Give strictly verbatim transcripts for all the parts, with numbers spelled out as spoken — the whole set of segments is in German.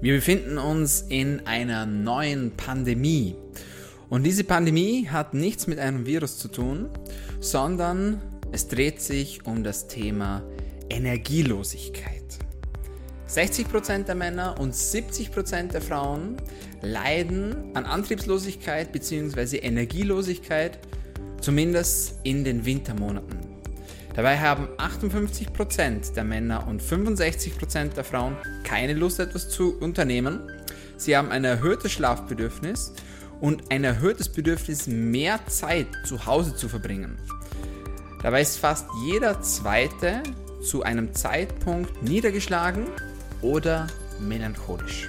Wir befinden uns in einer neuen Pandemie. Und diese Pandemie hat nichts mit einem Virus zu tun, sondern es dreht sich um das Thema Energielosigkeit. sechzig Prozent der Männer und siebzig Prozent der Frauen leiden an Antriebslosigkeit bzw. Energielosigkeit, zumindest in den Wintermonaten. Dabei haben achtundfünfzig Prozent der Männer und fünfundsechzig Prozent der Frauen keine Lust, etwas zu unternehmen. Sie haben ein erhöhtes Schlafbedürfnis und ein erhöhtes Bedürfnis, mehr Zeit zu Hause zu verbringen. Dabei ist fast jeder Zweite zu einem Zeitpunkt niedergeschlagen oder melancholisch.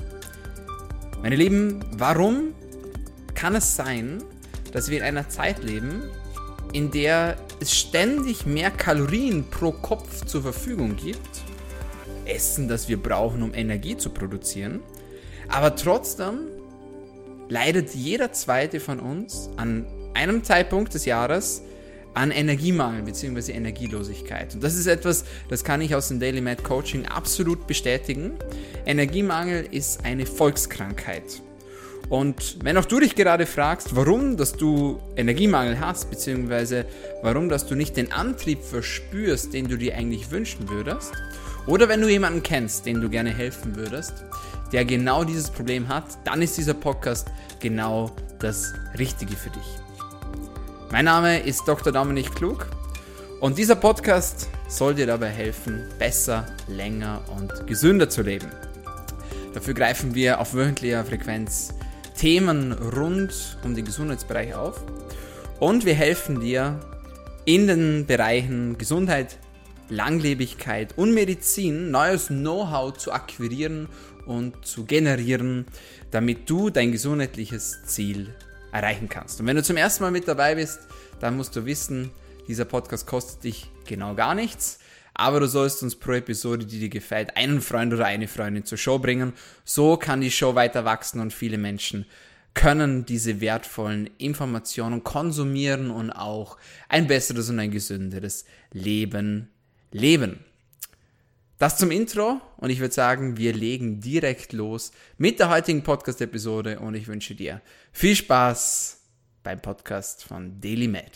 Meine Lieben, warum kann es sein, dass wir in einer Zeit leben, in der es ständig mehr Kalorien pro Kopf zur Verfügung gibt, Essen, das wir brauchen, um Energie zu produzieren, aber trotzdem leidet jeder Zweite von uns an einem Zeitpunkt des Jahres an Energiemangel bzw. Energielosigkeit. Und das ist etwas, das kann ich aus dem Daily Med Coaching absolut bestätigen. Energiemangel ist eine Volkskrankheit. Und wenn auch du dich gerade fragst, warum dass du Energiemangel hast, beziehungsweise warum dass du nicht den Antrieb verspürst, den du dir eigentlich wünschen würdest, oder wenn du jemanden kennst, den du gerne helfen würdest, der genau dieses Problem hat, dann ist dieser Podcast genau das Richtige für dich. Mein Name ist Doktor Dominik Klug und dieser Podcast soll dir dabei helfen, besser, länger und gesünder zu leben. Dafür greifen wir auf wöchentlicher Frequenz Themen rund um den Gesundheitsbereich auf und wir helfen dir in den Bereichen Gesundheit, Langlebigkeit und Medizin neues Know-how zu akquirieren und zu generieren, damit du dein gesundheitliches Ziel erreichen kannst. Und wenn du zum ersten Mal mit dabei bist, dann musst du wissen, dieser Podcast kostet dich genau gar nichts, aber du sollst uns pro Episode, die dir gefällt, einen Freund oder eine Freundin zur Show bringen. So kann die Show weiter wachsen und viele Menschen können diese wertvollen Informationen konsumieren und auch ein besseres und ein gesünderes Leben leben. Das zum Intro und ich würde sagen, wir legen direkt los mit der heutigen Podcast-Episode und ich wünsche dir viel Spaß beim Podcast von Daily Med.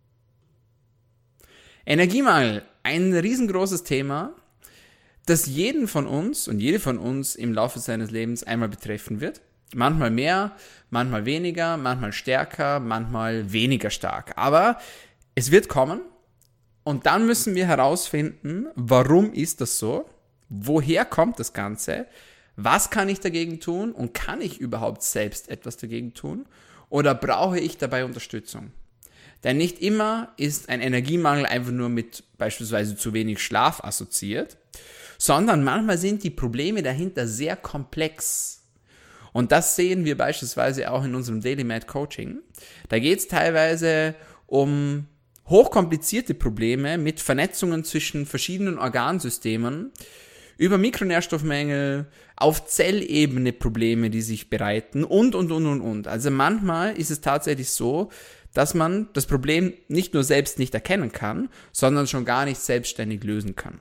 Energiemangel, ein riesengroßes Thema, das jeden von uns und jede von uns im Laufe seines Lebens einmal betreffen wird. Manchmal mehr, manchmal weniger, manchmal stärker, manchmal weniger stark. Aber es wird kommen und dann müssen wir herausfinden, warum ist das so? Woher kommt das Ganze? Was kann ich dagegen tun? Und kann ich überhaupt selbst etwas dagegen tun? Oder brauche ich dabei Unterstützung? Denn nicht immer ist ein Energiemangel einfach nur mit beispielsweise zu wenig Schlaf assoziiert, sondern manchmal sind die Probleme dahinter sehr komplex. Und das sehen wir beispielsweise auch in unserem Daily Med Coaching. Da geht es teilweise um hochkomplizierte Probleme mit Vernetzungen zwischen verschiedenen Organsystemen, über Mikronährstoffmängel, auf Zellebene Probleme, die sich bereiten und, und, und, und, und. Also manchmal ist es tatsächlich so, dass man das Problem nicht nur selbst nicht erkennen kann, sondern schon gar nicht selbstständig lösen kann.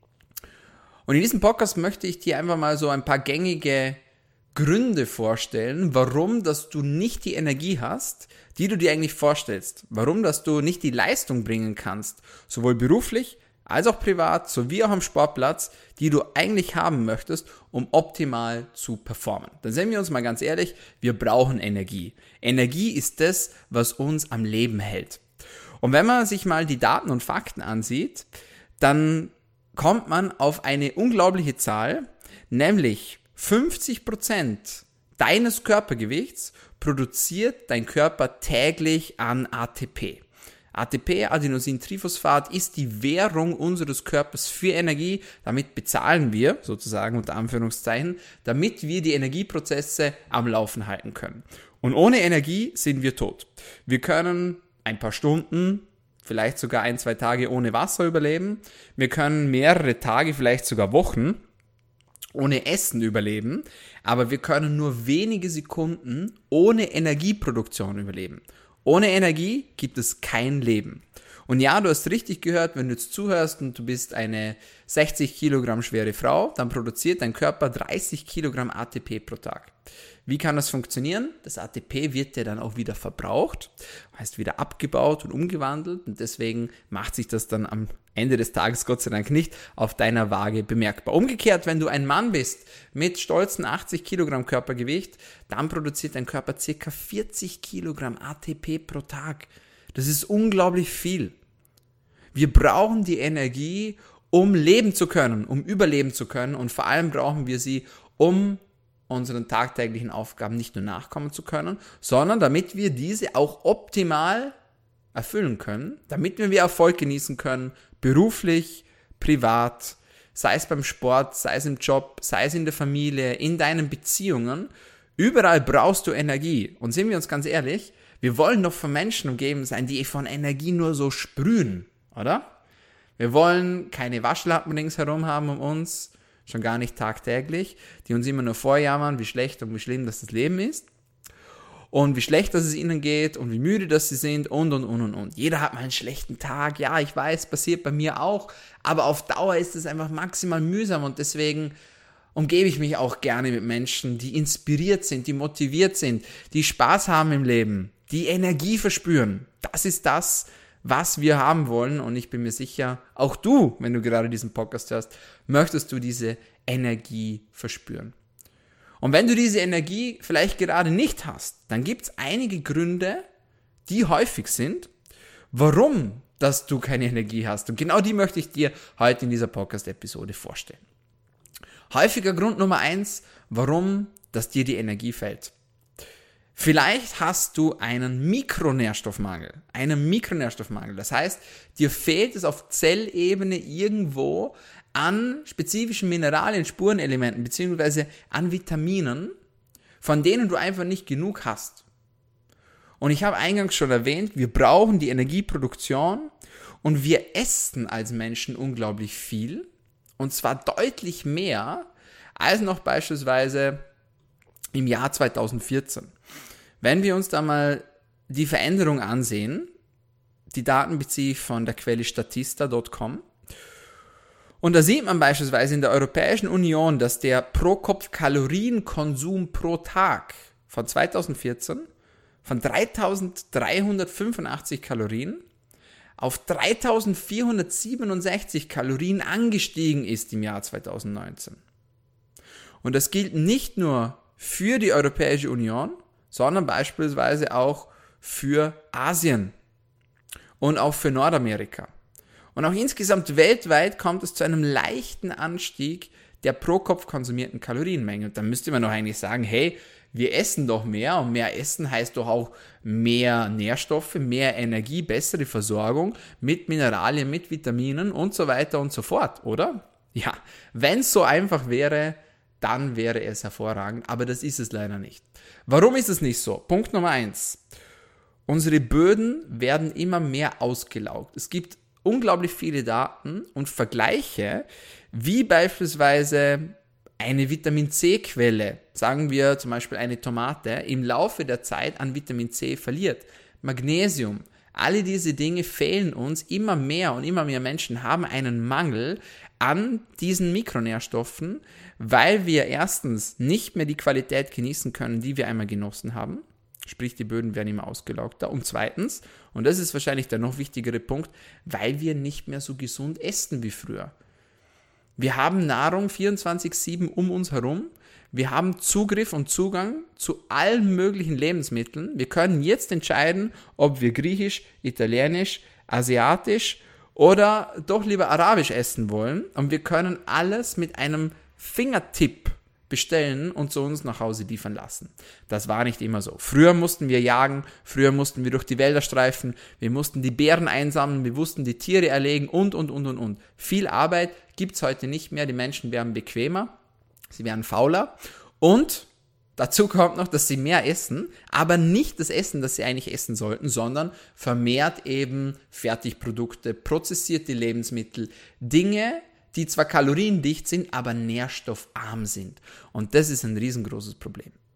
Und in diesem Podcast möchte ich dir einfach mal so ein paar gängige Gründe vorstellen, warum dass du nicht die Energie hast, die du dir eigentlich vorstellst. Warum dass du nicht die Leistung bringen kannst, sowohl beruflich als auch privat, sowie auch am Sportplatz, die du eigentlich haben möchtest, um optimal zu performen. Dann seien wir uns mal ganz ehrlich, wir brauchen Energie. Energie ist das, was uns am Leben hält. Und wenn man sich mal die Daten und Fakten ansieht, dann kommt man auf eine unglaubliche Zahl, nämlich fünfzig Prozent deines Körpergewichts produziert dein Körper täglich an A T P. A T P, Adenosintriphosphat, ist die Währung unseres Körpers für Energie. Damit bezahlen wir, sozusagen unter Anführungszeichen, damit wir die Energieprozesse am Laufen halten können. Und ohne Energie sind wir tot. Wir können ein paar Stunden, vielleicht sogar ein, zwei Tage ohne Wasser überleben. Wir können mehrere Tage, vielleicht sogar Wochen ohne Essen überleben. Aber wir können nur wenige Sekunden ohne Energieproduktion überleben. Ohne Energie gibt es kein Leben. Und ja, du hast richtig gehört, wenn du jetzt zuhörst und du bist eine sechzig Kilogramm schwere Frau, dann produziert dein Körper dreißig Kilogramm A T P pro Tag. Wie kann das funktionieren? Das A T P wird ja dann auch wieder verbraucht, heißt wieder abgebaut und umgewandelt und deswegen macht sich das dann am Ende des Tages Gott sei Dank nicht auf deiner Waage bemerkbar. Umgekehrt, wenn du ein Mann bist mit stolzen achtzig Kilogramm Körpergewicht, dann produziert dein Körper ca. vierzig Kilogramm A T P pro Tag. Das ist unglaublich viel. Wir brauchen die Energie, um leben zu können, um überleben zu können und vor allem brauchen wir sie, um unseren tagtäglichen Aufgaben nicht nur nachkommen zu können, sondern damit wir diese auch optimal erfüllen können, damit wir Erfolg genießen können, beruflich, privat, sei es beim Sport, sei es im Job, sei es in der Familie, in deinen Beziehungen. Überall brauchst du Energie. Und sind wir uns ganz ehrlich, wir wollen doch von Menschen umgeben sein, die von Energie nur so sprühen, oder? Wir wollen keine Waschlappen ringsherum haben um uns, schon gar nicht tagtäglich, die uns immer nur vorjammern, wie schlecht und wie schlimm das, das Leben ist und wie schlecht dass es ihnen geht und wie müde dass sie sind und und und und und. Jeder hat mal einen schlechten Tag, ja, ich weiß, passiert bei mir auch, aber auf Dauer ist es einfach maximal mühsam und deswegen umgebe ich mich auch gerne mit Menschen, die inspiriert sind, die motiviert sind, die Spaß haben im Leben, die Energie verspüren. Das ist das, was wir haben wollen und ich bin mir sicher, auch du, wenn du gerade diesen Podcast hörst, möchtest du diese Energie verspüren. Und wenn du diese Energie vielleicht gerade nicht hast, dann gibt es einige Gründe, die häufig sind, warum dass du keine Energie hast. Und genau die möchte ich dir heute in dieser Podcast-Episode vorstellen. Häufiger Grund Nummer eins, warum dass dir die Energie fällt. Vielleicht hast du einen Mikronährstoffmangel, einen Mikronährstoffmangel. Das heißt, dir fehlt es auf Zellebene irgendwo an spezifischen Mineralien, Spurenelementen beziehungsweise an Vitaminen, von denen du einfach nicht genug hast. Und ich habe eingangs schon erwähnt, wir brauchen die Energieproduktion und wir essen als Menschen unglaublich viel und zwar deutlich mehr als noch beispielsweise im Jahr zweitausendvierzehn. Wenn wir uns da mal die Veränderung ansehen, die Daten beziehe ich von der Quelle statista punkt com und da sieht man beispielsweise in der Europäischen Union, dass der Pro-Kopf-Kalorienkonsum pro Tag von zweitausendvierzehn von dreitausenddreihundertfünfundachtzig Kalorien auf dreitausendvierhundertsiebenundsechzig Kalorien angestiegen ist im Jahr zweitausendneunzehn. Und das gilt nicht nur für die Europäische Union, sondern beispielsweise auch für Asien und auch für Nordamerika. Und auch insgesamt weltweit kommt es zu einem leichten Anstieg der pro Kopf konsumierten Kalorienmenge. Und dann müsste man doch eigentlich sagen, hey, wir essen doch mehr und mehr Essen heißt doch auch mehr Nährstoffe, mehr Energie, bessere Versorgung mit Mineralien, mit Vitaminen und so weiter und so fort, oder? Ja, wenn es so einfach wäre, dann wäre es hervorragend, aber das ist es leider nicht. Warum ist es nicht so? Punkt Nummer eins. Unsere Böden werden immer mehr ausgelaugt. Es gibt unglaublich viele Daten und Vergleiche, wie beispielsweise eine Vitamin-C-Quelle, sagen wir zum Beispiel eine Tomate, im Laufe der Zeit an Vitamin C verliert. Magnesium, alle diese Dinge fehlen uns immer mehr und immer mehr Menschen haben einen Mangel an diesen Mikronährstoffen, weil wir erstens nicht mehr die Qualität genießen können, die wir einmal genossen haben, sprich die Böden werden immer ausgelaugter und zweitens, und das ist wahrscheinlich der noch wichtigere Punkt, weil wir nicht mehr so gesund essen wie früher. Wir haben Nahrung vierundzwanzig sieben um uns herum, wir haben Zugriff und Zugang zu allen möglichen Lebensmitteln, wir können jetzt entscheiden, ob wir griechisch, italienisch, asiatisch oder doch lieber arabisch essen wollen und wir können alles mit einem Fingertipp bestellen und zu uns nach Hause liefern lassen. Das war nicht immer so. Früher mussten wir jagen, früher mussten wir durch die Wälder streifen, wir mussten die Beeren einsammeln, wir mussten die Tiere erlegen und, und, und, und, und. Viel Arbeit gibt's heute nicht mehr, die Menschen werden bequemer, sie werden fauler und dazu kommt noch, dass sie mehr essen, aber nicht das Essen, das sie eigentlich essen sollten, sondern vermehrt eben Fertigprodukte, prozessierte Lebensmittel, Dinge, die zwar kaloriendicht sind, aber nährstoffarm sind. Und das ist ein riesengroßes Problem.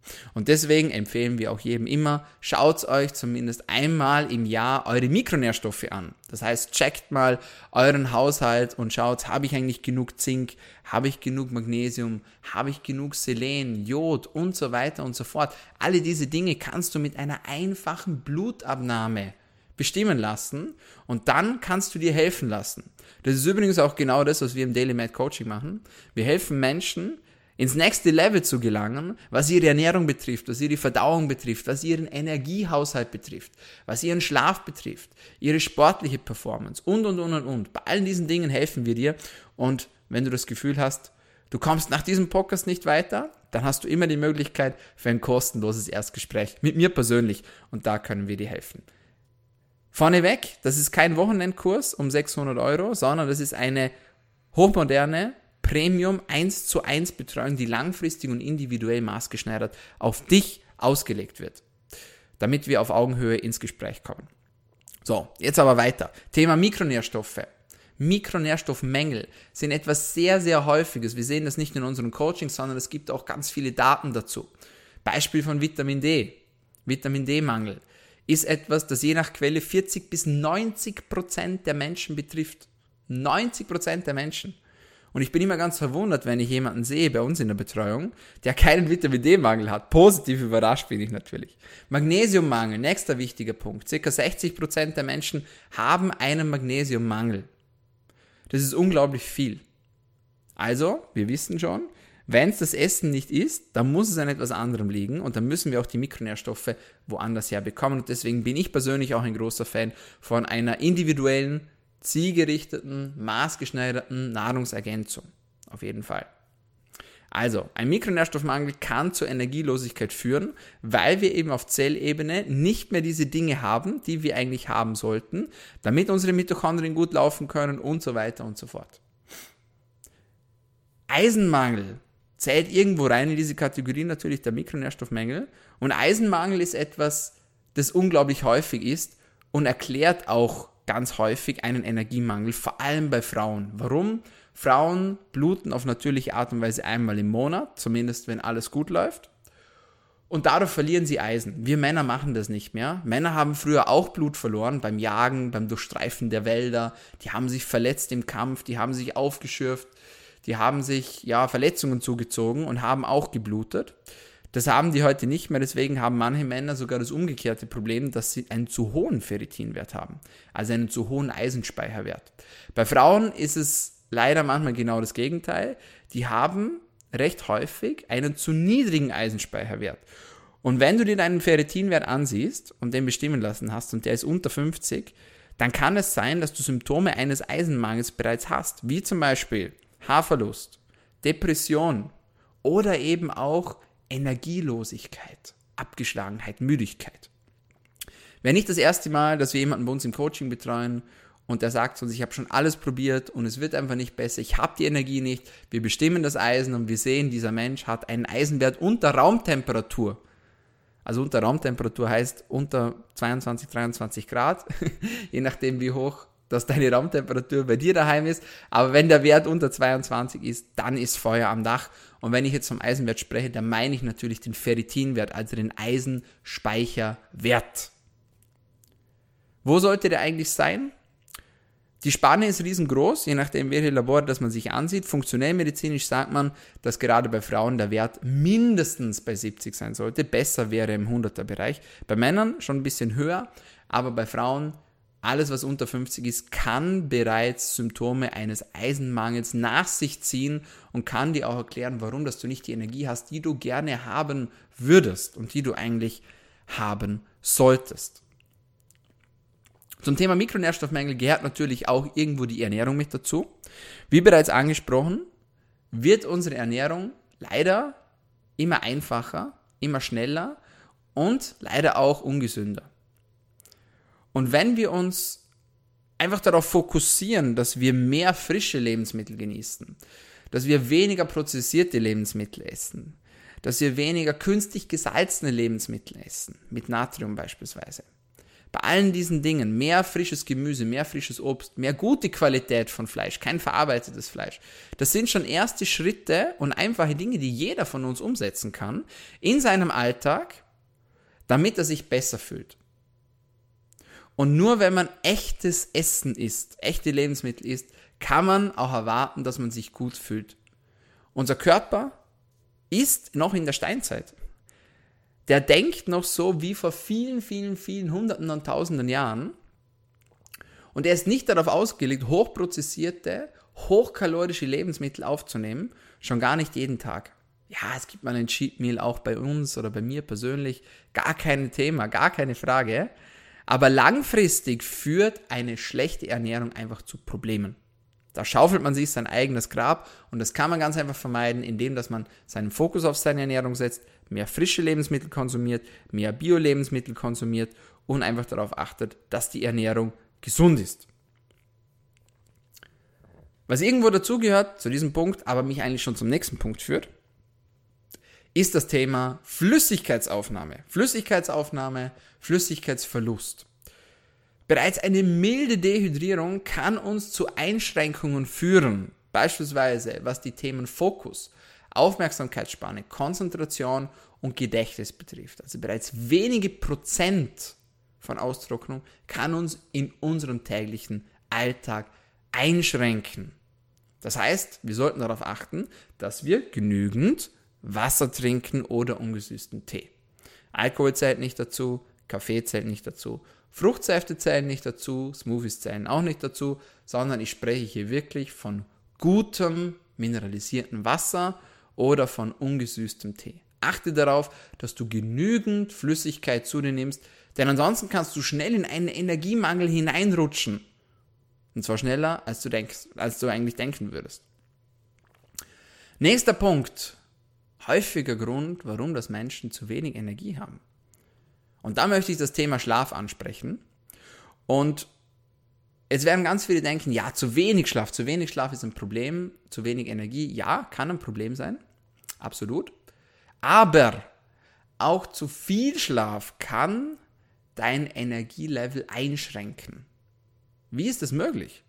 Und deswegen empfehlen wir auch jedem immer, schaut euch zumindest einmal im Jahr eure Mikronährstoffe an. Das heißt, checkt mal euren Haushalt und schaut, habe ich eigentlich genug Zink, habe ich genug Magnesium, habe ich genug Selen, Jod und so weiter und so fort. Alle diese Dinge kannst du mit einer einfachen Blutabnahme bestimmen lassen und dann kannst du dir helfen lassen. Das ist übrigens auch genau das, was wir im Daily Med Coaching machen. Wir helfen Menschen, ins nächste Level zu gelangen, was ihre Ernährung betrifft, was ihre Verdauung betrifft, was ihren Energiehaushalt betrifft, was ihren Schlaf betrifft, ihre sportliche Performance und, und, und, und, und. Bei allen diesen Dingen helfen wir dir und wenn du das Gefühl hast, du kommst nach diesem Podcast nicht weiter, dann hast du immer die Möglichkeit für ein kostenloses Erstgespräch mit mir persönlich und da können wir dir helfen. Vorneweg, das ist kein Wochenendkurs um sechshundert Euro, sondern das ist eine hochmoderne Premium eins zu eins Betreuung, die langfristig und individuell maßgeschneidert auf dich ausgelegt wird, damit wir auf Augenhöhe ins Gespräch kommen. So, jetzt aber weiter. Thema Mikronährstoffe. Mikronährstoffmängel sind etwas sehr, sehr Häufiges. Wir sehen das nicht nur in unseren Coachings, sondern es gibt auch ganz viele Daten dazu. Beispiel von Vitamin D. Vitamin D-Mangel ist etwas, das je nach Quelle vierzig bis neunzig Prozent der Menschen betrifft. neunzig Prozent der Menschen. Und ich bin immer ganz verwundert, wenn ich jemanden sehe bei uns in der Betreuung, der keinen Vitamin D-Mangel hat. Positiv überrascht bin ich natürlich. Magnesiummangel, nächster wichtiger Punkt. Circa sechzig Prozent der Menschen haben einen Magnesiummangel. Das ist unglaublich viel. Also, wir wissen schon, wenn es das Essen nicht ist, dann muss es an etwas anderem liegen und dann müssen wir auch die Mikronährstoffe woanders her bekommen. Und deswegen bin ich persönlich auch ein großer Fan von einer individuellen, zielgerichteten, maßgeschneiderten Nahrungsergänzung. Auf jeden Fall. Also, ein Mikronährstoffmangel kann zur Energielosigkeit führen, weil wir eben auf Zellebene nicht mehr diese Dinge haben, die wir eigentlich haben sollten, damit unsere Mitochondrien gut laufen können und so weiter und so fort. Eisenmangel zählt irgendwo rein in diese Kategorie natürlich der Mikronährstoffmängel. Und Eisenmangel ist etwas, das unglaublich häufig ist und erklärt auch ganz häufig einen Energiemangel, vor allem bei Frauen. Warum? Frauen bluten auf natürliche Art und Weise einmal im Monat, zumindest wenn alles gut läuft. Und dadurch verlieren sie Eisen. Wir Männer machen das nicht mehr. Männer haben früher auch Blut verloren beim Jagen, beim Durchstreifen der Wälder. Die haben sich verletzt im Kampf, die haben sich aufgeschürft, die haben sich ja Verletzungen zugezogen und haben auch geblutet. Das haben die heute nicht mehr, deswegen haben manche Männer sogar das umgekehrte Problem, dass sie einen zu hohen Ferritinwert haben, also einen zu hohen Eisenspeicherwert. Bei Frauen ist es leider manchmal genau das Gegenteil. Die haben recht häufig einen zu niedrigen Eisenspeicherwert. Und wenn du dir deinen Ferritinwert ansiehst und den bestimmen lassen hast und der ist unter fünfzig, dann kann es sein, dass du Symptome eines Eisenmangels bereits hast, wie zum Beispiel Haarverlust, Depression oder eben auch Energielosigkeit, Abgeschlagenheit, Müdigkeit. Wäre nicht das erste Mal, dass wir jemanden bei uns im Coaching betreuen und der sagt uns, ich habe schon alles probiert und es wird einfach nicht besser, ich habe die Energie nicht, wir bestimmen das Eisen und wir sehen, dieser Mensch hat einen Eisenwert unter Raumtemperatur. Also unter Raumtemperatur heißt unter zweiundzwanzig, dreiundzwanzig Grad, je nachdem wie hoch dass deine Raumtemperatur bei dir daheim ist, aber wenn der Wert unter zweiundzwanzig ist, dann ist Feuer am Dach. Und wenn ich jetzt vom Eisenwert spreche, dann meine ich natürlich den Ferritinwert, also den Eisenspeicherwert. Wo sollte der eigentlich sein? Die Spanne ist riesengroß, je nachdem welche Labore das man sich ansieht. Funktionell medizinisch sagt man, dass gerade bei Frauen der Wert mindestens bei siebzig sein sollte. Besser wäre im hunderter Bereich. Bei Männern schon ein bisschen höher, aber bei Frauen alles, was unter fünfzig ist, kann bereits Symptome eines Eisenmangels nach sich ziehen und kann dir auch erklären, warum dass du nicht die Energie hast, die du gerne haben würdest und die du eigentlich haben solltest. Zum Thema Mikronährstoffmängel gehört natürlich auch irgendwo die Ernährung mit dazu. Wie bereits angesprochen, wird unsere Ernährung leider immer einfacher, immer schneller und leider auch ungesünder. Und wenn wir uns einfach darauf fokussieren, dass wir mehr frische Lebensmittel genießen, dass wir weniger prozessierte Lebensmittel essen, dass wir weniger künstlich gesalzene Lebensmittel essen, mit Natrium beispielsweise, bei allen diesen Dingen, mehr frisches Gemüse, mehr frisches Obst, mehr gute Qualität von Fleisch, kein verarbeitetes Fleisch, das sind schon erste Schritte und einfache Dinge, die jeder von uns umsetzen kann in seinem Alltag, damit er sich besser fühlt. Und nur wenn man echtes Essen isst, echte Lebensmittel isst, kann man auch erwarten, dass man sich gut fühlt. Unser Körper ist noch in der Steinzeit. Der denkt noch so wie vor vielen, vielen, vielen Hunderten und Tausenden Jahren. Und er ist nicht darauf ausgelegt, hochprozessierte, hochkalorische Lebensmittel aufzunehmen, schon gar nicht jeden Tag. Ja, es gibt mal ein Cheat Meal auch bei uns oder bei mir persönlich, gar kein Thema, gar keine Frage. Aber langfristig führt eine schlechte Ernährung einfach zu Problemen. Da schaufelt man sich sein eigenes Grab und das kann man ganz einfach vermeiden, indem dass man seinen Fokus auf seine Ernährung setzt, mehr frische Lebensmittel konsumiert, mehr Bio-Lebensmittel konsumiert und einfach darauf achtet, dass die Ernährung gesund ist. Was irgendwo dazugehört, zu diesem Punkt, aber mich eigentlich schon zum nächsten Punkt führt, ist das Thema Flüssigkeitsaufnahme. Flüssigkeitsaufnahme, Flüssigkeitsverlust. Bereits eine milde Dehydrierung kann uns zu Einschränkungen führen, beispielsweise was die Themen Fokus, Aufmerksamkeitsspanne, Konzentration und Gedächtnis betrifft. Also bereits wenige Prozent von Austrocknung kann uns in unserem täglichen Alltag einschränken. Das heißt, wir sollten darauf achten, dass wir genügend Wasser trinken oder ungesüßten Tee. Alkohol zählt nicht dazu, Kaffee zählt nicht dazu, Fruchtsäfte zählen nicht dazu, Smoothies zählen auch nicht dazu, sondern ich spreche hier wirklich von gutem mineralisiertem Wasser oder von ungesüßtem Tee. Achte darauf, dass du genügend Flüssigkeit zu dir nimmst, denn ansonsten kannst du schnell in einen Energiemangel hineinrutschen. Und zwar schneller, als du denkst, als du eigentlich denken würdest. Nächster Punkt. Häufiger Grund, warum das Menschen zu wenig Energie haben. Und da möchte ich das Thema Schlaf ansprechen. Und jetzt werden ganz viele denken, ja, zu wenig Schlaf, zu wenig Schlaf ist ein Problem, zu wenig Energie, ja, kann ein Problem sein, absolut. Aber auch zu viel Schlaf kann dein Energielevel einschränken. Wie ist das möglich?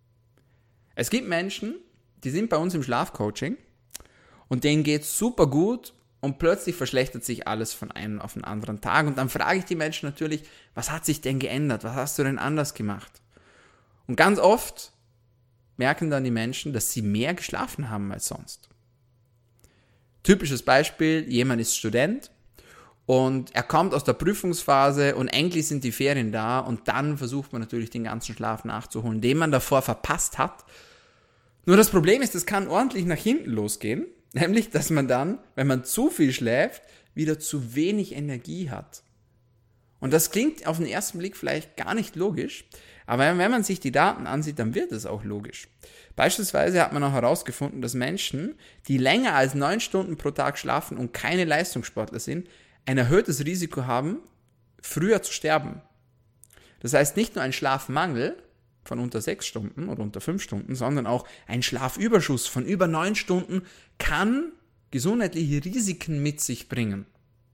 Es gibt Menschen, die sind bei uns im Schlafcoaching und denen geht es super gut und plötzlich verschlechtert sich alles von einem auf den anderen Tag. Und dann frage ich die Menschen natürlich, was hat sich denn geändert? Was hast du denn anders gemacht? Und ganz oft merken dann die Menschen, dass sie mehr geschlafen haben als sonst. Typisches Beispiel, jemand ist Student und er kommt aus der Prüfungsphase und endlich sind die Ferien da und dann versucht man natürlich den ganzen Schlaf nachzuholen, den man davor verpasst hat. Nur das Problem ist, es kann ordentlich nach hinten losgehen, nämlich, dass man dann, wenn man zu viel schläft, wieder zu wenig Energie hat. Und das klingt auf den ersten Blick vielleicht gar nicht logisch, aber wenn man sich die Daten ansieht, dann wird es auch logisch. Beispielsweise hat man auch herausgefunden, dass Menschen, die länger als neun Stunden pro Tag schlafen und keine Leistungssportler sind, ein erhöhtes Risiko haben, früher zu sterben. Das heißt, nicht nur ein Schlafmangel von unter sechs Stunden oder unter fünf Stunden, sondern auch ein Schlafüberschuss von über neun Stunden kann gesundheitliche Risiken mit sich bringen.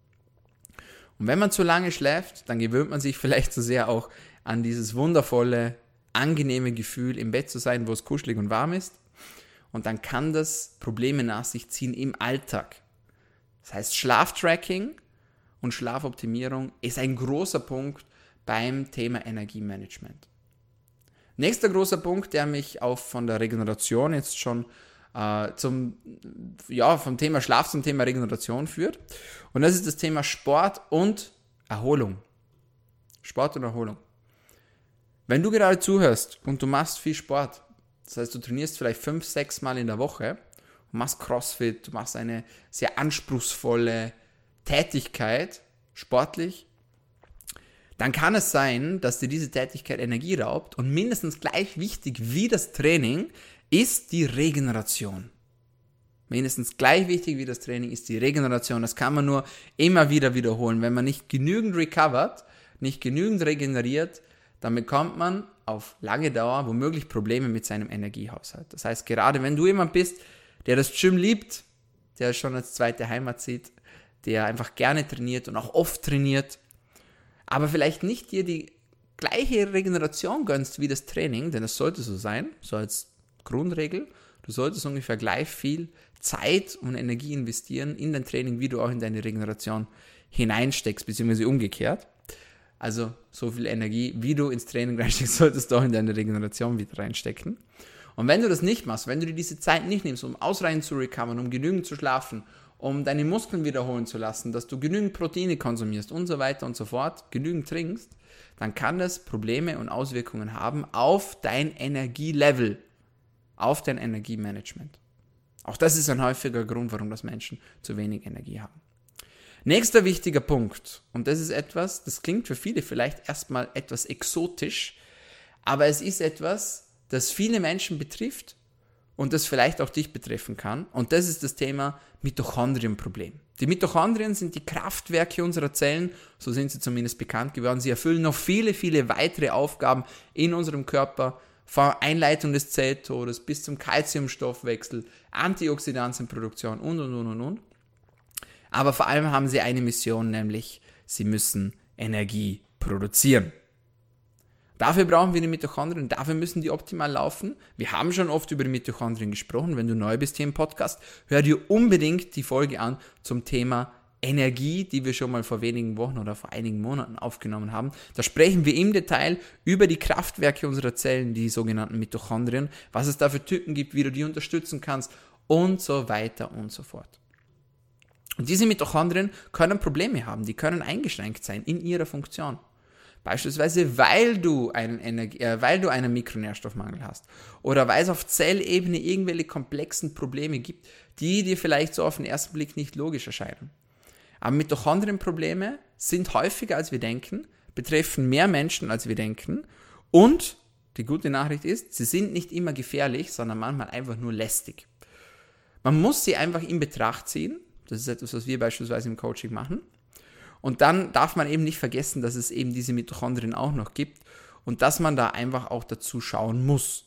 Und wenn man zu lange schläft, dann gewöhnt man sich vielleicht zu sehr auch an dieses wundervolle, angenehme Gefühl, im Bett zu sein, wo es kuschelig und warm ist. Und dann kann das Probleme nach sich ziehen im Alltag. Das heißt, Schlaftracking und Schlafoptimierung ist ein großer Punkt beim Thema Energiemanagement. Nächster großer Punkt, der mich auch von der Regeneration jetzt schon äh, zum, ja, vom Thema Schlaf zum Thema Regeneration führt. Und das ist das Thema Sport und Erholung. Sport und Erholung. Wenn du gerade zuhörst und du machst viel Sport, das heißt, du trainierst vielleicht fünf, sechs Mal in der Woche, du machst Crossfit, du machst eine sehr anspruchsvolle Tätigkeit, sportlich, dann kann es sein, dass dir diese Tätigkeit Energie raubt und mindestens gleich wichtig wie das Training ist die Regeneration. Mindestens gleich wichtig wie das Training ist die Regeneration. Das kann man nur immer wieder wiederholen. Wenn man nicht genügend recovert, nicht genügend regeneriert, dann bekommt man auf lange Dauer womöglich Probleme mit seinem Energiehaushalt. Das heißt, gerade wenn du jemand bist, der das Gym liebt, der es schon als zweite Heimat sieht, der einfach gerne trainiert und auch oft trainiert, aber vielleicht nicht dir die gleiche Regeneration gönnst wie das Training, denn das sollte so sein, so als Grundregel, du solltest ungefähr gleich viel Zeit und Energie investieren in dein Training, wie du auch in deine Regeneration hineinsteckst, beziehungsweise umgekehrt. Also so viel Energie, wie du ins Training reinsteckst, solltest du auch in deine Regeneration wieder reinstecken. Und wenn du das nicht machst, wenn du dir diese Zeit nicht nimmst, um ausreichend zu recovern, um genügend zu schlafen, um deine Muskeln wiederholen zu lassen, dass du genügend Proteine konsumierst und so weiter und so fort, genügend trinkst, dann kann das Probleme und Auswirkungen haben auf dein Energielevel, auf dein Energiemanagement. Auch das ist ein häufiger Grund, warum das Menschen zu wenig Energie haben. Nächster wichtiger Punkt, und das ist etwas, das klingt für viele vielleicht erstmal etwas exotisch, aber es ist etwas, das viele Menschen betrifft und das vielleicht auch dich betreffen kann, und das ist das Thema Mitochondrienproblem. Die Mitochondrien sind die Kraftwerke unserer Zellen, so sind sie zumindest bekannt geworden. Sie erfüllen noch viele, viele weitere Aufgaben in unserem Körper, von Einleitung des Zelltodes bis zum Calciumstoffwechsel, Antioxidantienproduktion und, und, und, und, und. Aber vor allem haben sie eine Mission, nämlich sie müssen Energie produzieren. Dafür brauchen wir die Mitochondrien, dafür müssen die optimal laufen. Wir haben schon oft über die Mitochondrien gesprochen. Wenn du neu bist hier im Podcast, hör dir unbedingt die Folge an zum Thema Energie, die wir schon mal vor wenigen Wochen oder vor einigen Monaten aufgenommen haben. Da sprechen wir im Detail über die Kraftwerke unserer Zellen, die sogenannten Mitochondrien, was es da für Typen gibt, wie du die unterstützen kannst und so weiter und so fort. Und diese Mitochondrien können Probleme haben, die können eingeschränkt sein in ihrer Funktion. Beispielsweise, weil du einen, Energie, äh, weil du einen Mikronährstoffmangel hast oder weil es auf Zellebene irgendwelche komplexen Probleme gibt, die dir vielleicht so auf den ersten Blick nicht logisch erscheinen. Aber Mitochondrienprobleme sind häufiger als wir denken, betreffen mehr Menschen als wir denken, und die gute Nachricht ist, sie sind nicht immer gefährlich, sondern manchmal einfach nur lästig. Man muss sie einfach in Betracht ziehen, das ist etwas, was wir beispielsweise im Coaching machen. Und dann darf man eben nicht vergessen, dass es eben diese Mitochondrien auch noch gibt und dass man da einfach auch dazu schauen muss.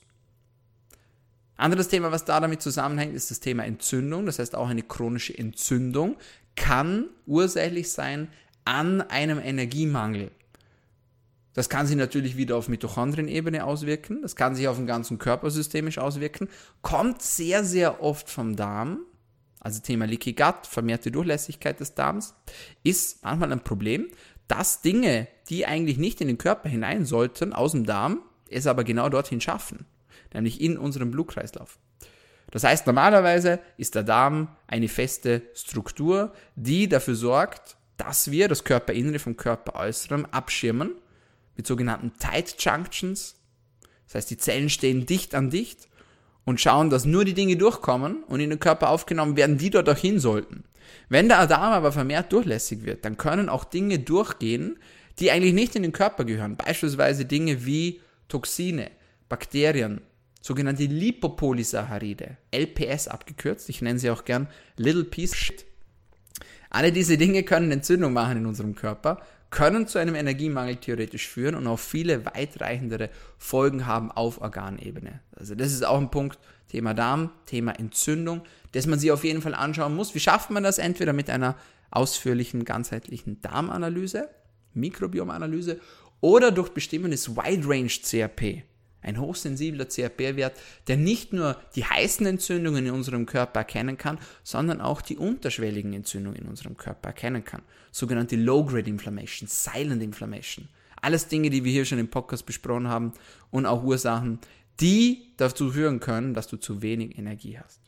Anderes Thema, was da damit zusammenhängt, ist das Thema Entzündung. Das heißt, auch eine chronische Entzündung kann ursächlich sein an einem Energiemangel. Das kann sich natürlich wieder auf Mitochondrienebene auswirken, das kann sich auf den ganzen Körper systemisch auswirken, kommt sehr, sehr oft vom Darm. Also Thema Leaky Gut, vermehrte Durchlässigkeit des Darms, ist manchmal ein Problem, dass Dinge, die eigentlich nicht in den Körper hinein sollten, aus dem Darm, es aber genau dorthin schaffen, nämlich in unserem Blutkreislauf. Das heißt, normalerweise ist der Darm eine feste Struktur, die dafür sorgt, dass wir das Körperinnere vom Körperäußeren abschirmen, mit sogenannten Tight Junctions. Das heißt, die Zellen stehen dicht an dicht und schauen, dass nur die Dinge durchkommen und in den Körper aufgenommen werden, die dort auch hin sollten. Wenn der Darm aber vermehrt durchlässig wird, dann können auch Dinge durchgehen, die eigentlich nicht in den Körper gehören. Beispielsweise Dinge wie Toxine, Bakterien, sogenannte Lipopolysaccharide, L P S abgekürzt, ich nenne sie auch gern Little Piece Shit. Alle diese Dinge können Entzündung machen in unserem Körper, können zu einem Energiemangel theoretisch führen und auch viele weitreichendere Folgen haben auf Organebene. Also das ist auch ein Punkt, Thema Darm, Thema Entzündung, das man sich auf jeden Fall anschauen muss. Wie schafft man das? Entweder mit einer ausführlichen, ganzheitlichen Darmanalyse, Mikrobiomanalyse, oder durch Bestimmung des Wide Range C R P. Ein hochsensibler C R P-Wert, der nicht nur die heißen Entzündungen in unserem Körper erkennen kann, sondern auch die unterschwelligen Entzündungen in unserem Körper erkennen kann. Sogenannte Low-Grade Inflammation, Silent Inflammation. Alles Dinge, die wir hier schon im Podcast besprochen haben und auch Ursachen, die dazu führen können, dass du zu wenig Energie hast.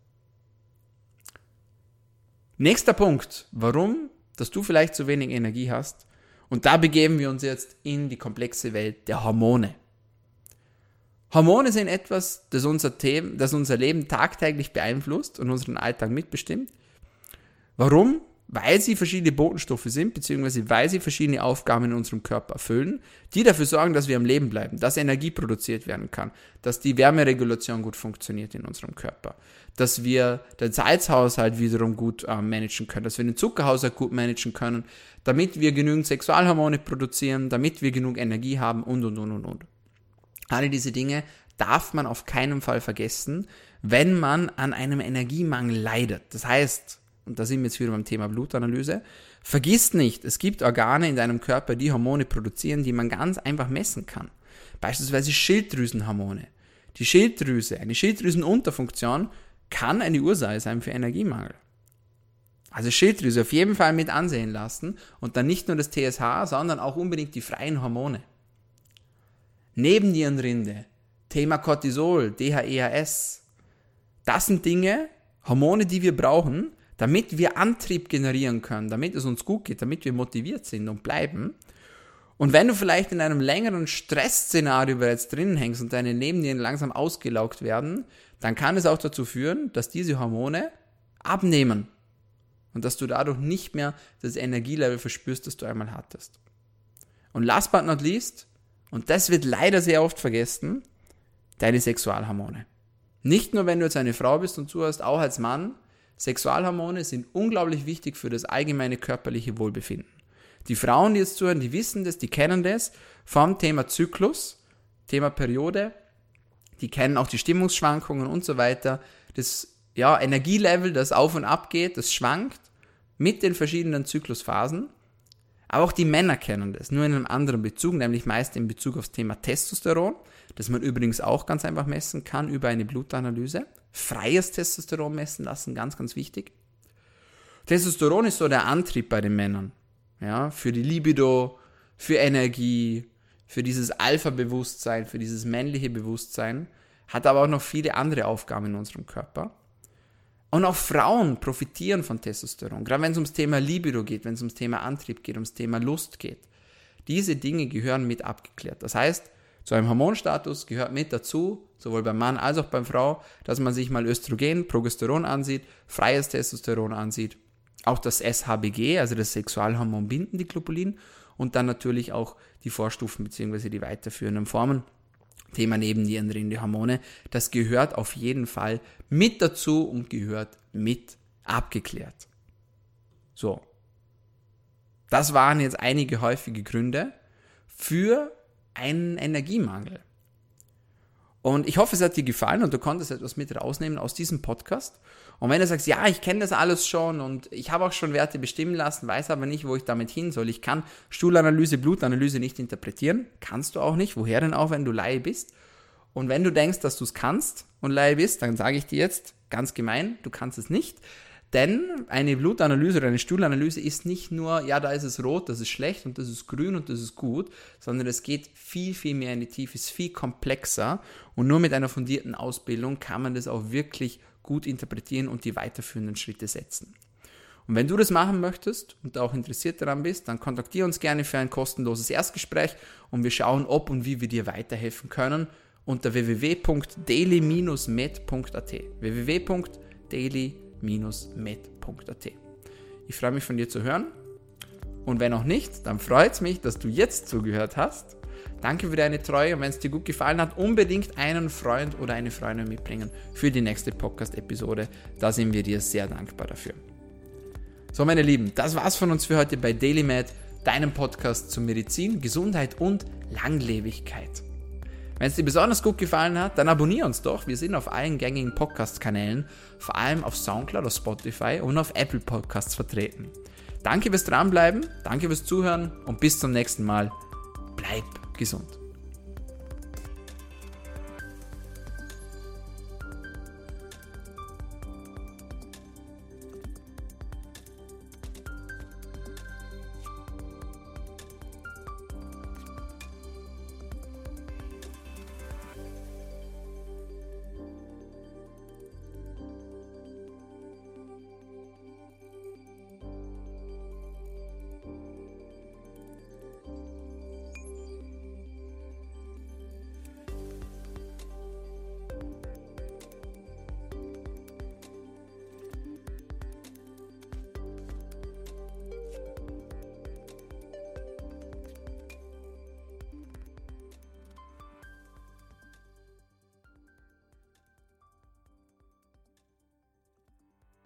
Nächster Punkt, warum, dass du vielleicht zu wenig Energie hast. Und da begeben wir uns jetzt in die komplexe Welt der Hormone. Hormone sind etwas, das unser, Thema, das unser Leben tagtäglich beeinflusst und unseren Alltag mitbestimmt. Warum? Weil sie verschiedene Botenstoffe sind, beziehungsweise weil sie verschiedene Aufgaben in unserem Körper erfüllen, die dafür sorgen, dass wir am Leben bleiben, dass Energie produziert werden kann, dass die Wärmeregulation gut funktioniert in unserem Körper, dass wir den Salzhaushalt wiederum gut äh, managen können, dass wir den Zuckerhaushalt gut managen können, damit wir genügend Sexualhormone produzieren, damit wir genug Energie haben und, und, und, und, und. Alle diese Dinge darf man auf keinen Fall vergessen, wenn man an einem Energiemangel leidet. Das heißt, und da sind wir jetzt wieder beim Thema Blutanalyse, vergiss nicht, es gibt Organe in deinem Körper, die Hormone produzieren, die man ganz einfach messen kann. Beispielsweise Schilddrüsenhormone. Die Schilddrüse, eine Schilddrüsenunterfunktion kann eine Ursache sein für Energiemangel. Also Schilddrüse auf jeden Fall mit ansehen lassen und dann nicht nur das T S H, sondern auch unbedingt die freien Hormone. Nebennierenrinde, Thema Cortisol, D H E A S. Das sind Dinge, Hormone, die wir brauchen, damit wir Antrieb generieren können, damit es uns gut geht, damit wir motiviert sind und bleiben. Und wenn du vielleicht in einem längeren Stressszenario bereits drinnen hängst und deine Nebennieren langsam ausgelaugt werden, dann kann es auch dazu führen, dass diese Hormone abnehmen und dass du dadurch nicht mehr das Energielevel verspürst, das du einmal hattest. Und last but not least, und das wird leider sehr oft vergessen, deine Sexualhormone. Nicht nur, wenn du jetzt eine Frau bist und zuhörst, auch als Mann, Sexualhormone sind unglaublich wichtig für das allgemeine körperliche Wohlbefinden. Die Frauen, die jetzt zuhören, die wissen das, die kennen das vom Thema Zyklus, Thema Periode, die kennen auch die Stimmungsschwankungen und so weiter. Das ja, Energielevel, das auf und ab geht, das schwankt mit den verschiedenen Zyklusphasen. Aber auch die Männer kennen das, nur in einem anderen Bezug, nämlich meist in Bezug aufs Thema Testosteron, das man übrigens auch ganz einfach messen kann über eine Blutanalyse. Freies Testosteron messen lassen, ganz, ganz wichtig. Testosteron ist so der Antrieb bei den Männern. Ja, für die Libido, für Energie, für dieses Alpha-Bewusstsein, für dieses männliche Bewusstsein, hat aber auch noch viele andere Aufgaben in unserem Körper. Und auch Frauen profitieren von Testosteron, gerade wenn es ums Thema Libido geht, wenn es ums Thema Antrieb geht, ums Thema Lust geht. Diese Dinge gehören mit abgeklärt. Das heißt, zu einem Hormonstatus gehört mit dazu, sowohl beim Mann als auch bei der Frau, dass man sich mal Östrogen, Progesteron ansieht, freies Testosteron ansieht, auch das S H B G, also das Sexualhormon Bindendiglobulin und dann natürlich auch die Vorstufen bzw. die weiterführenden Formen. Thema Nebennierenrinde Hormone, das gehört auf jeden Fall mit dazu und gehört mit abgeklärt. So, das waren jetzt einige häufige Gründe für einen Energiemangel. Und ich hoffe, es hat dir gefallen und du konntest etwas mit rausnehmen aus diesem Podcast. Und wenn du sagst, ja, ich kenne das alles schon und ich habe auch schon Werte bestimmen lassen, weiß aber nicht, wo ich damit hin soll. Ich kann Stuhlanalyse, Blutanalyse nicht interpretieren. Kannst du auch nicht. Woher denn auch, wenn du Laie bist? Und wenn du denkst, dass du es kannst und Laie bist, dann sage ich dir jetzt ganz gemein, du kannst es nicht. Denn eine Blutanalyse oder eine Stuhlanalyse ist nicht nur, ja, da ist es rot, das ist schlecht und das ist grün und das ist gut, sondern es geht viel, viel mehr in die Tiefe, ist viel komplexer und nur mit einer fundierten Ausbildung kann man das auch wirklich gut interpretieren und die weiterführenden Schritte setzen. Und wenn du das machen möchtest und auch interessiert daran bist, dann kontaktiere uns gerne für ein kostenloses Erstgespräch und wir schauen, ob und wie wir dir weiterhelfen können unter w w w punkt daily dash med punkt a t w w w punkt daily dash med punkt a t. Ich freue mich von dir zu hören und wenn auch nicht, dann freut es mich, dass du jetzt zugehört hast. Danke für deine Treue und wenn es dir gut gefallen hat, unbedingt einen Freund oder eine Freundin mitbringen für die nächste Podcast-Episode. Da sind wir dir sehr dankbar dafür. So, meine Lieben, das war's von uns für heute bei DailyMed, deinem Podcast zu Medizin, Gesundheit und Langlebigkeit. Wenn es dir besonders gut gefallen hat, dann abonniere uns doch. Wir sind auf allen gängigen Podcast-Kanälen, vor allem auf Soundcloud, auf Spotify und auf Apple Podcasts vertreten. Danke fürs Dranbleiben, danke fürs Zuhören und bis zum nächsten Mal. Bleib gesund.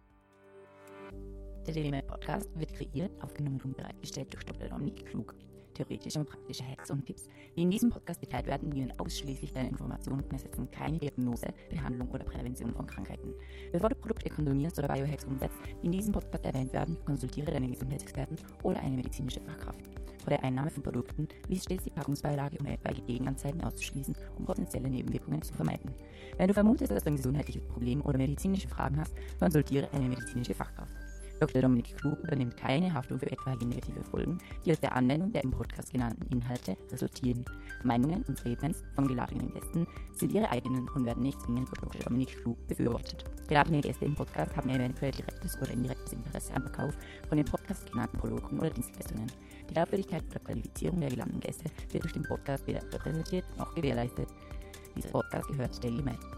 Der DailyMed Podcast wird kreiert, aufgenommen und bereitgestellt durch Doktor Dominik Klug. theoretische und praktische Hacks und Tipps, die in diesem Podcast geteilt werden, dienen ausschließlich deiner Information und ersetzen keine Diagnose, Behandlung oder Prävention von Krankheiten. Bevor du Produkte konsumierst oder Biohacks umsetzt, die in diesem Podcast erwähnt werden, konsultiere deinen Gesundheitsexperten oder eine medizinische Fachkraft. Vor der Einnahme von Produkten lies stets die Packungsbeilage, um etwaige Gegenanzeigen auszuschließen, um potenzielle Nebenwirkungen zu vermeiden. Wenn du vermutest, dass du ein gesundheitliches Problem oder medizinische Fragen hast, konsultiere eine medizinische Fachkraft. Doktor Dominik Klug übernimmt keine Haftung für etwaige negative Folgen, die aus der Anwendung der im Podcast genannten Inhalte resultieren. Meinungen und Statements von geladenen Gästen sind ihre eigenen und werden nicht zwingend von Doktor Dominik Klug befürwortet. Geladene Gäste im Podcast haben eventuell direktes oder indirektes Interesse am Verkauf von den Podcast genannten Produkten oder Dienstleistungen. Die Glaubwürdigkeit oder Qualifizierung der geladenen Gäste wird durch den Podcast weder repräsentiert noch gewährleistet. Dieser Podcast gehört Daily Med.